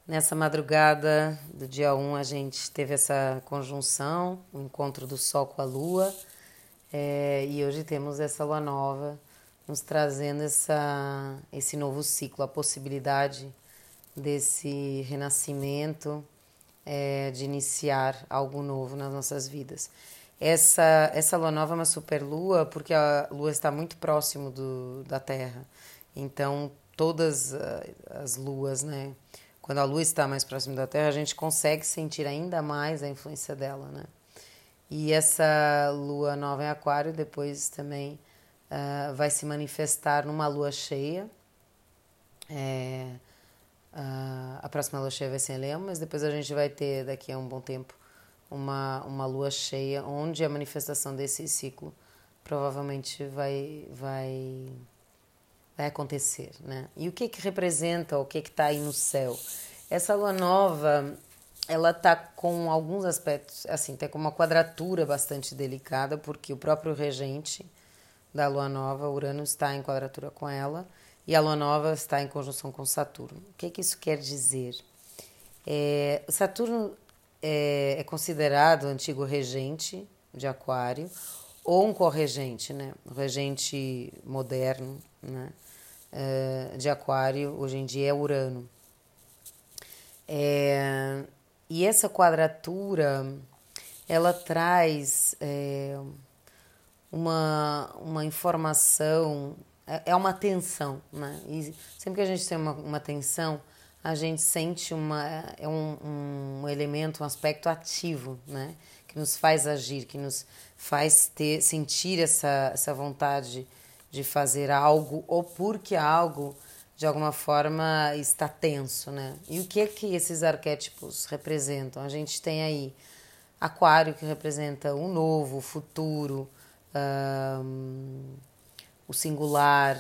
Nessa madrugada do dia 1 a gente teve essa conjunção, o encontro do Sol com a Lua, e hoje temos essa Lua nova nos trazendo esse novo ciclo, a possibilidade desse renascimento, de iniciar algo novo nas nossas vidas. Essa Lua nova é uma superlua porque a Lua está muito próximo da Terra, então todas as luas, né? Quando a Lua está mais próxima da Terra, a gente consegue sentir ainda mais a influência dela, né? E essa Lua nova em Aquário depois também vai se manifestar numa Lua cheia. A próxima Lua cheia vai ser em Leão, mas depois a gente vai ter daqui a um bom tempo uma Lua cheia, onde a manifestação desse ciclo provavelmente vai acontecer, né? E o que representa, o que está aí no céu? Essa lua nova, ela tá com alguns aspectos, assim, tem com uma quadratura bastante delicada, porque o próprio regente da lua nova, Urano, está em quadratura com ela, e a lua nova está em conjunção com Saturno. O que isso quer dizer? Saturno é considerado o antigo regente de Aquário, ou um corregente, né? O regente moderno, né? De Aquário, hoje em dia é Urano. E essa quadratura, ela traz uma informação, é uma tensão, né? E sempre que a gente tem uma tensão, a gente sente um elemento, um aspecto ativo, né? Que nos faz agir, que nos faz sentir essa vontade de fazer algo, ou porque algo, de alguma forma, está tenso, né? E o que esses arquétipos representam? A gente tem aí Aquário, que representa o novo, o futuro, o singular,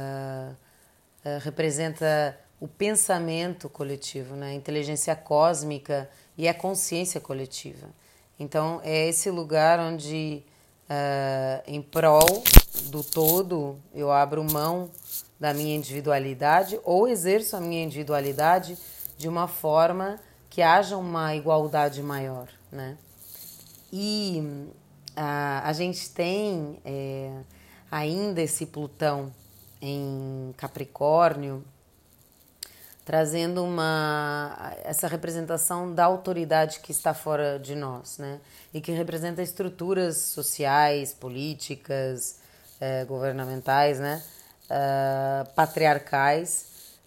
representa o pensamento coletivo, né? A inteligência cósmica e a consciência coletiva. Então, é esse lugar onde, em prol do todo, eu abro mão da minha individualidade ou exerço a minha individualidade de uma forma que haja uma igualdade maior, né? E a gente tem ainda esse Plutão em Capricórnio, trazendo essa representação da autoridade que está fora de nós, né? E que representa estruturas sociais, políticas, governamentais, né? Patriarcais,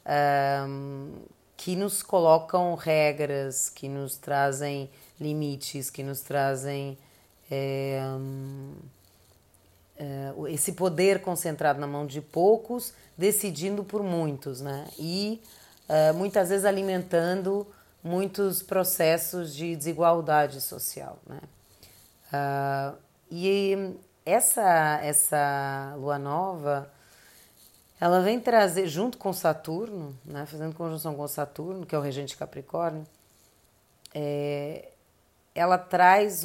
que nos colocam regras, que nos trazem limites, que nos trazem esse poder concentrado na mão de poucos, decidindo por muitos, né? E muitas vezes alimentando muitos processos de desigualdade social, né? E essa lua nova, ela vem trazer, junto com Saturno, né, fazendo conjunção com Saturno, que é o regente de Capricórnio, ela traz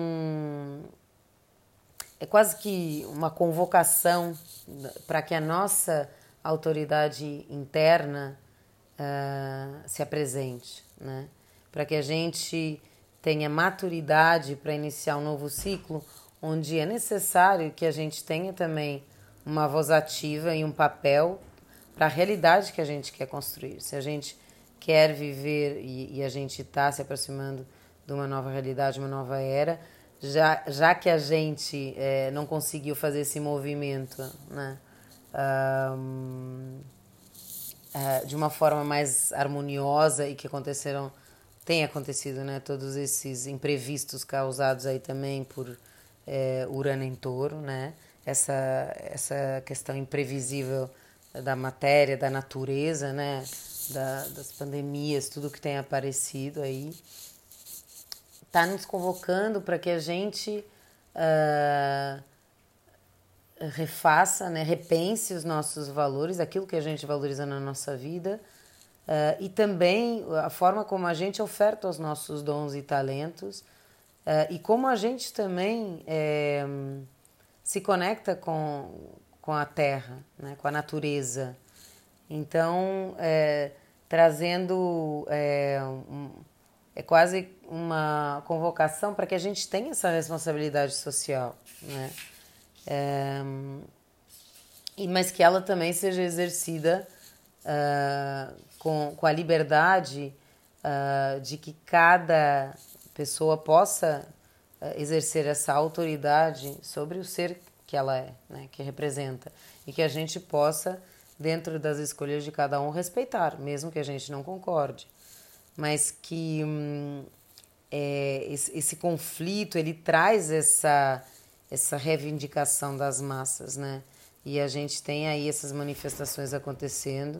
é quase que uma convocação para que a nossa autoridade interna se apresente, né? Para que a gente tenha maturidade para iniciar um novo ciclo, onde é necessário que a gente tenha também uma voz ativa e um papel para a realidade que a gente quer construir. Se a gente quer viver e a gente está se aproximando de uma nova realidade, uma nova era, já que a gente não conseguiu fazer esse movimento, né? De uma forma mais harmoniosa e que tem acontecido, né? Todos esses imprevistos causados aí também por Urano em Touro, né? Essa questão imprevisível da matéria, da natureza, né? Das pandemias, tudo que tem aparecido aí, está nos convocando para que a gente refaça, né, repense os nossos valores, aquilo que a gente valoriza na nossa vida, e também a forma como a gente oferta os nossos dons e talentos, e como a gente também se conecta com a terra, né, com a natureza. Então, trazendo é quase uma convocação para que a gente tenha essa responsabilidade social, né? Mas que ela também seja exercida com a liberdade de que cada pessoa possa exercer essa autoridade sobre o ser que ela é, né, que representa, e que a gente possa, dentro das escolhas de cada um, respeitar, mesmo que a gente não concorde, mas que esse conflito ele traz essa reivindicação das massas, né? E a gente tem aí essas manifestações acontecendo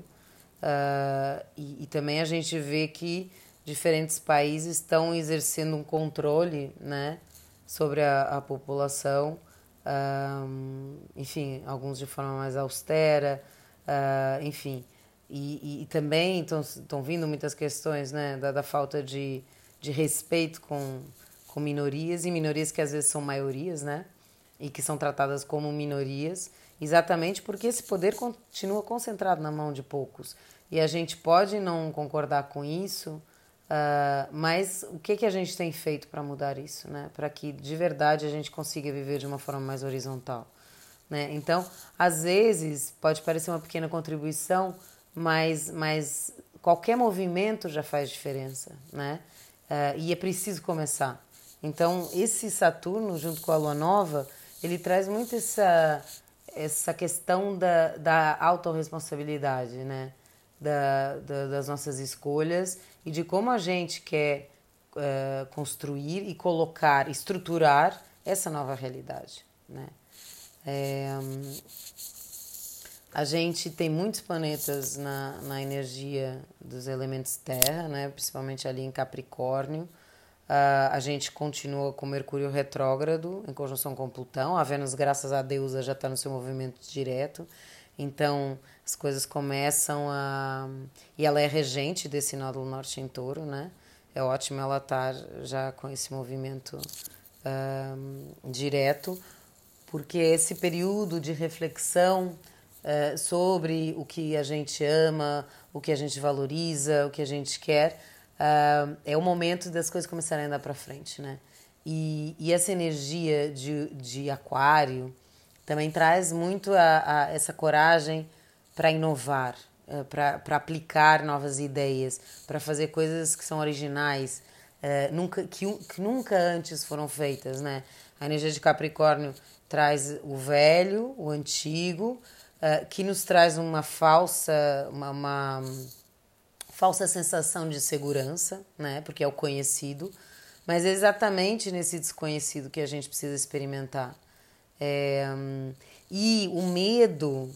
e também a gente vê que diferentes países estão exercendo um controle, né, sobre a população, enfim, alguns de forma mais austera, enfim. E também estão vindo muitas questões, né, da falta de respeito com minorias, e minorias que às vezes são maiorias, né, e que são tratadas como minorias, exatamente porque esse poder continua concentrado na mão de poucos. E a gente pode não concordar com isso, mas o que a gente tem feito para mudar isso, né? Para que de verdade a gente consiga viver de uma forma mais horizontal, né? Então, às vezes pode parecer uma pequena contribuição, mas qualquer movimento já faz diferença, né? E é preciso começar. Então, esse Saturno, junto com a Lua Nova, ele traz muito essa questão da autorresponsabilidade, né? Das nossas escolhas e de como a gente quer construir e colocar, estruturar essa nova realidade, né? A gente tem muitos planetas na energia dos elementos terra, né? Principalmente ali em Capricórnio. A gente continua com Mercúrio retrógrado em conjunção com Plutão. A Vênus, graças a Deus, já está no seu movimento direto. Então, as coisas começam a... E ela é regente desse nódulo norte em Touro, né? É ótimo ela estar já com esse movimento direto, porque esse período de reflexão sobre o que a gente ama, o que a gente valoriza, o que a gente quer, é o momento das coisas começarem a andar para frente, né? E essa energia de aquário também traz muito essa coragem para inovar, para aplicar novas ideias, para fazer coisas que são originais, que nunca antes foram feitas, né? A energia de Capricórnio traz o velho, o antigo, que nos traz uma falsa sensação de segurança, né? Porque é o conhecido, mas é exatamente nesse desconhecido que a gente precisa experimentar. E o medo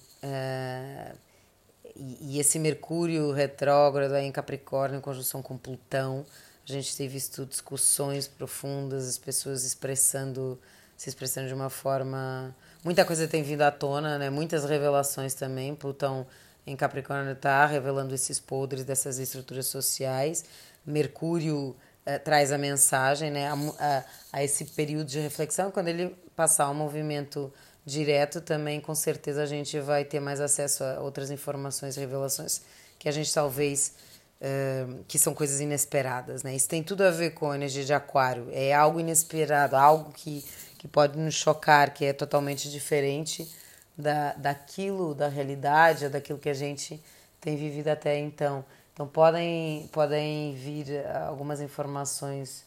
e esse Mercúrio retrógrado aí em Capricórnio em conjunção com Plutão, a gente tem visto discussões profundas, as pessoas se expressando de uma forma... Muita coisa tem vindo à tona, né? Muitas revelações também. Plutão em Capricórnio está revelando esses podres dessas estruturas sociais. Mercúrio traz a mensagem, né, a esse período de reflexão. Quando ele passar ao movimento direto, também com certeza a gente vai ter mais acesso a outras informações e revelações que a gente talvez... que são coisas inesperadas, né? Isso tem tudo a ver com a energia de Aquário. É algo inesperado, algo que pode nos chocar, que é totalmente diferente daquilo, da realidade, daquilo que a gente tem vivido até então. Então podem vir algumas informações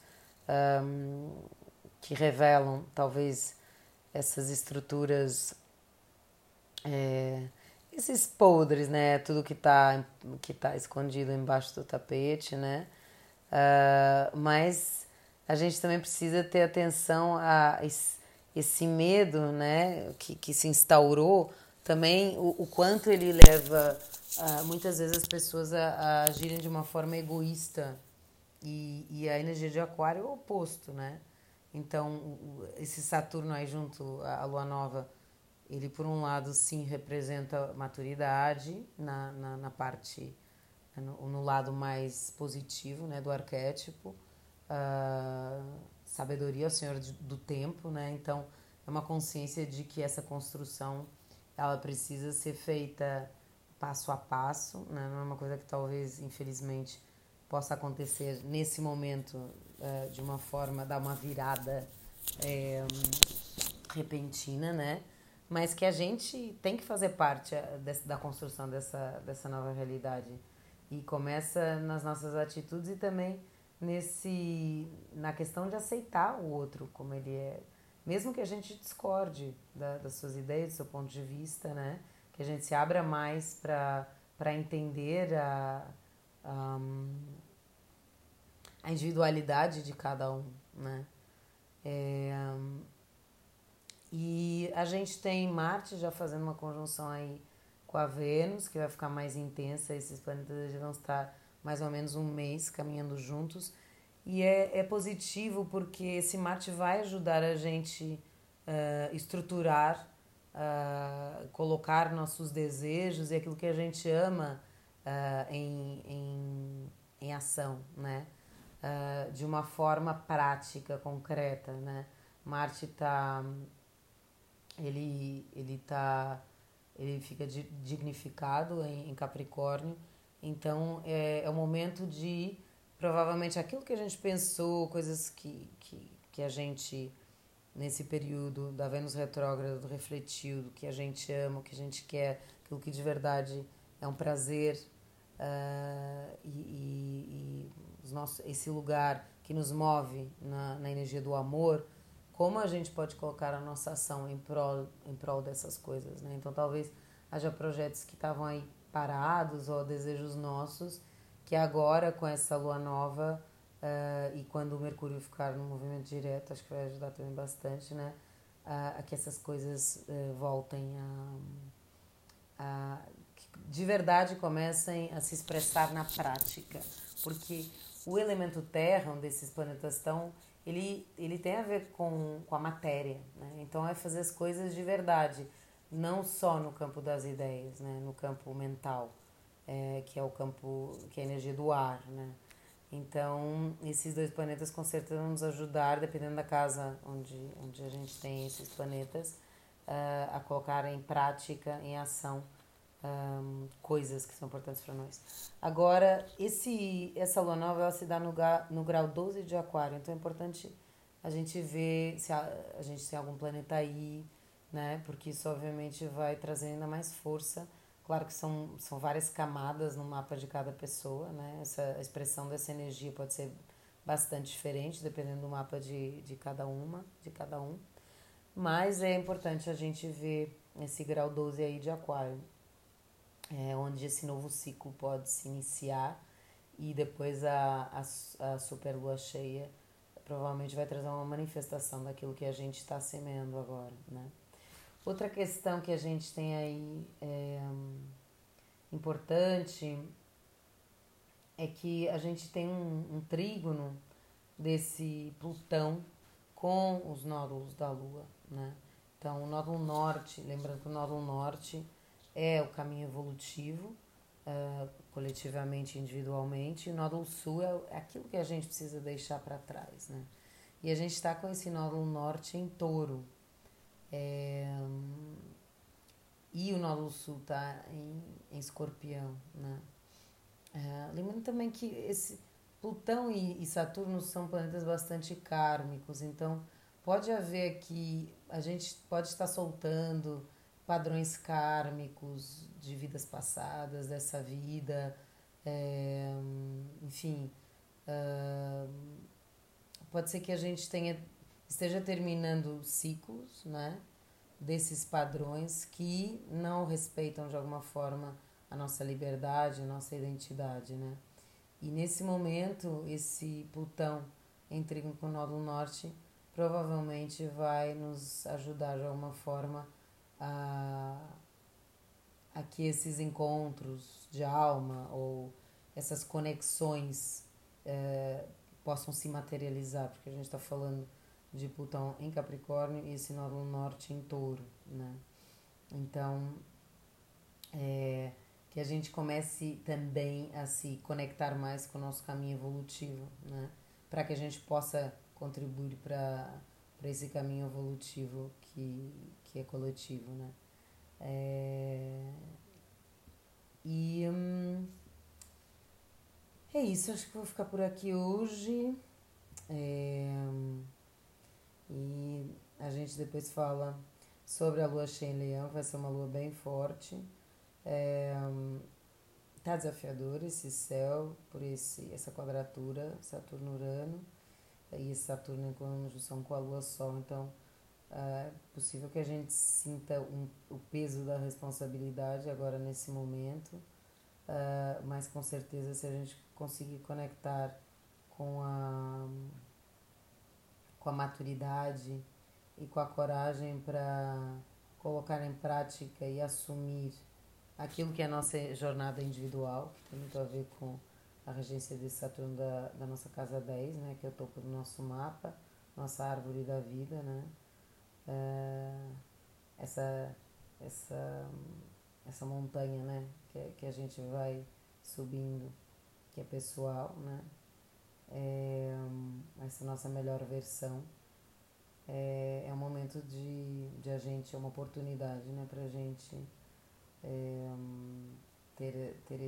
que revelam talvez essas estruturas, esses podres, né? Tudo que tá escondido embaixo do tapete, né? Mas a gente também precisa ter atenção a esse medo, né? Que se instaurou também, o quanto ele leva muitas vezes as pessoas a agirem de uma forma egoísta. E a energia de Aquário é o oposto, né? Então, esse Saturno aí junto à Lua Nova, ele por um lado sim representa maturidade na parte, no lado mais positivo, né, do arquétipo, sabedoria, o senhor do tempo, né? Então é uma consciência de que essa construção ela precisa ser feita passo a passo, né? Não é uma coisa que talvez, infelizmente, possa acontecer nesse momento de uma forma, dar uma virada repentina, né? Mas que a gente tem que fazer parte da construção dessa nova realidade. E começa nas nossas atitudes e também na questão de aceitar o outro como ele é. Mesmo que a gente discorde das suas ideias, do seu ponto de vista, né? Que a gente se abra mais para entender a individualidade de cada um, né? E a gente tem Marte já fazendo uma conjunção aí com a Vênus, que vai ficar mais intensa. Esses planetas vão estar mais ou menos um mês caminhando juntos. E é positivo porque esse Marte vai ajudar a gente estruturar, colocar nossos desejos e aquilo que a gente ama em ação, né? De uma forma prática, concreta, né? Marte tá ele fica dignificado em Capricórnio, então é o momento de provavelmente aquilo que a gente pensou, coisas que a gente nesse período da Vênus retrógrada refletiu, do que a gente ama, o que a gente quer, aquilo que de verdade é um prazer, e esse lugar que nos move na energia do amor, como a gente pode colocar a nossa ação em prol dessas coisas, né? Então talvez haja projetos que estavam aí parados ou desejos nossos que agora com essa lua nova e quando o Mercúrio ficar no movimento direto, acho que vai ajudar também bastante, né? A que essas coisas voltem que de verdade comecem a se expressar na prática, porque o elemento terra, onde esses planetas estão, ele tem a ver com a matéria, né? Então é fazer as coisas de verdade, não só no campo das ideias, né? No campo mental, que é o campo, que é a energia do ar, né? Então esses dois planetas com certeza vão nos ajudar, dependendo da casa onde a gente tem esses planetas, a colocar em prática, em ação, coisas que são importantes para nós. Agora, essa lua nova ela se dá no grau 12 de Aquário, então é importante a gente ver se a gente tem algum planeta aí, né? Porque isso obviamente vai trazer ainda mais força. Claro que são várias camadas no mapa de cada pessoa, né? A expressão dessa energia pode ser bastante diferente, dependendo do mapa de cada um. Mas é importante a gente ver esse grau 12 aí de Aquário, onde esse novo ciclo pode se iniciar e depois a super lua cheia provavelmente vai trazer uma manifestação daquilo que a gente está semeando agora, né? Outra questão que a gente tem aí importante é que a gente tem um trígono desse Plutão com os nódulos da Lua, né? Então, o nódulo norte, lembrando que o nódulo norte é o caminho evolutivo, coletivamente e individualmente, e o nódulo sul é aquilo que a gente precisa deixar para trás, né? E a gente está com esse nódulo norte em Touro, e o nódulo sul está em Escorpião, né? Lembrando também que esse Plutão e Saturno são planetas bastante kármicos, então pode haver que a gente pode estar soltando padrões kármicos de vidas passadas, dessa vida, enfim, pode ser que a gente esteja terminando ciclos, né, desses padrões que não respeitam de alguma forma a nossa liberdade, a nossa identidade, né? E nesse momento, esse Plutão em trígono com o nódulo norte provavelmente vai nos ajudar de alguma forma a que esses encontros de alma ou essas conexões possam se materializar, porque a gente está falando de Plutão em Capricórnio e esse nódulo norte em Touro, né? Então, que a gente comece também a se conectar mais com o nosso caminho evolutivo, né? Para que a gente possa contribuir para esse caminho evolutivo que é coletivo, né? E é isso, acho que vou ficar por aqui hoje. É, e a gente depois fala sobre a lua cheia em Leão, vai ser uma lua bem forte. É, tá desafiador esse céu por essa quadratura Saturno-Urano e esse Saturno em conjunção com a Lua-Sol. Então, é possível que a gente sinta o peso da responsabilidade agora nesse momento, mas com certeza se a gente conseguir conectar com com a maturidade e com a coragem para colocar em prática e assumir aquilo que é a nossa jornada individual, que tem muito a ver com a regência de Saturno da nossa casa 10, né, que é o topo do nosso mapa, nossa árvore da vida, né? É, essa, essa, essa montanha, né, que a gente vai subindo, que é pessoal, né? É, essa nossa melhor versão. É um momento de a gente, é uma oportunidade, né, pra gente é, ter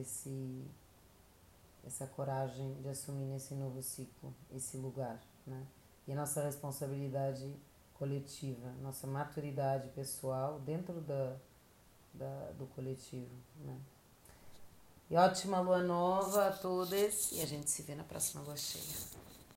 essa coragem de assumir nesse novo ciclo, esse lugar, né? E a nossa responsabilidade coletiva, nossa maturidade pessoal dentro do coletivo, né? E ótima lua nova a todos e a gente se vê na próxima lua cheia.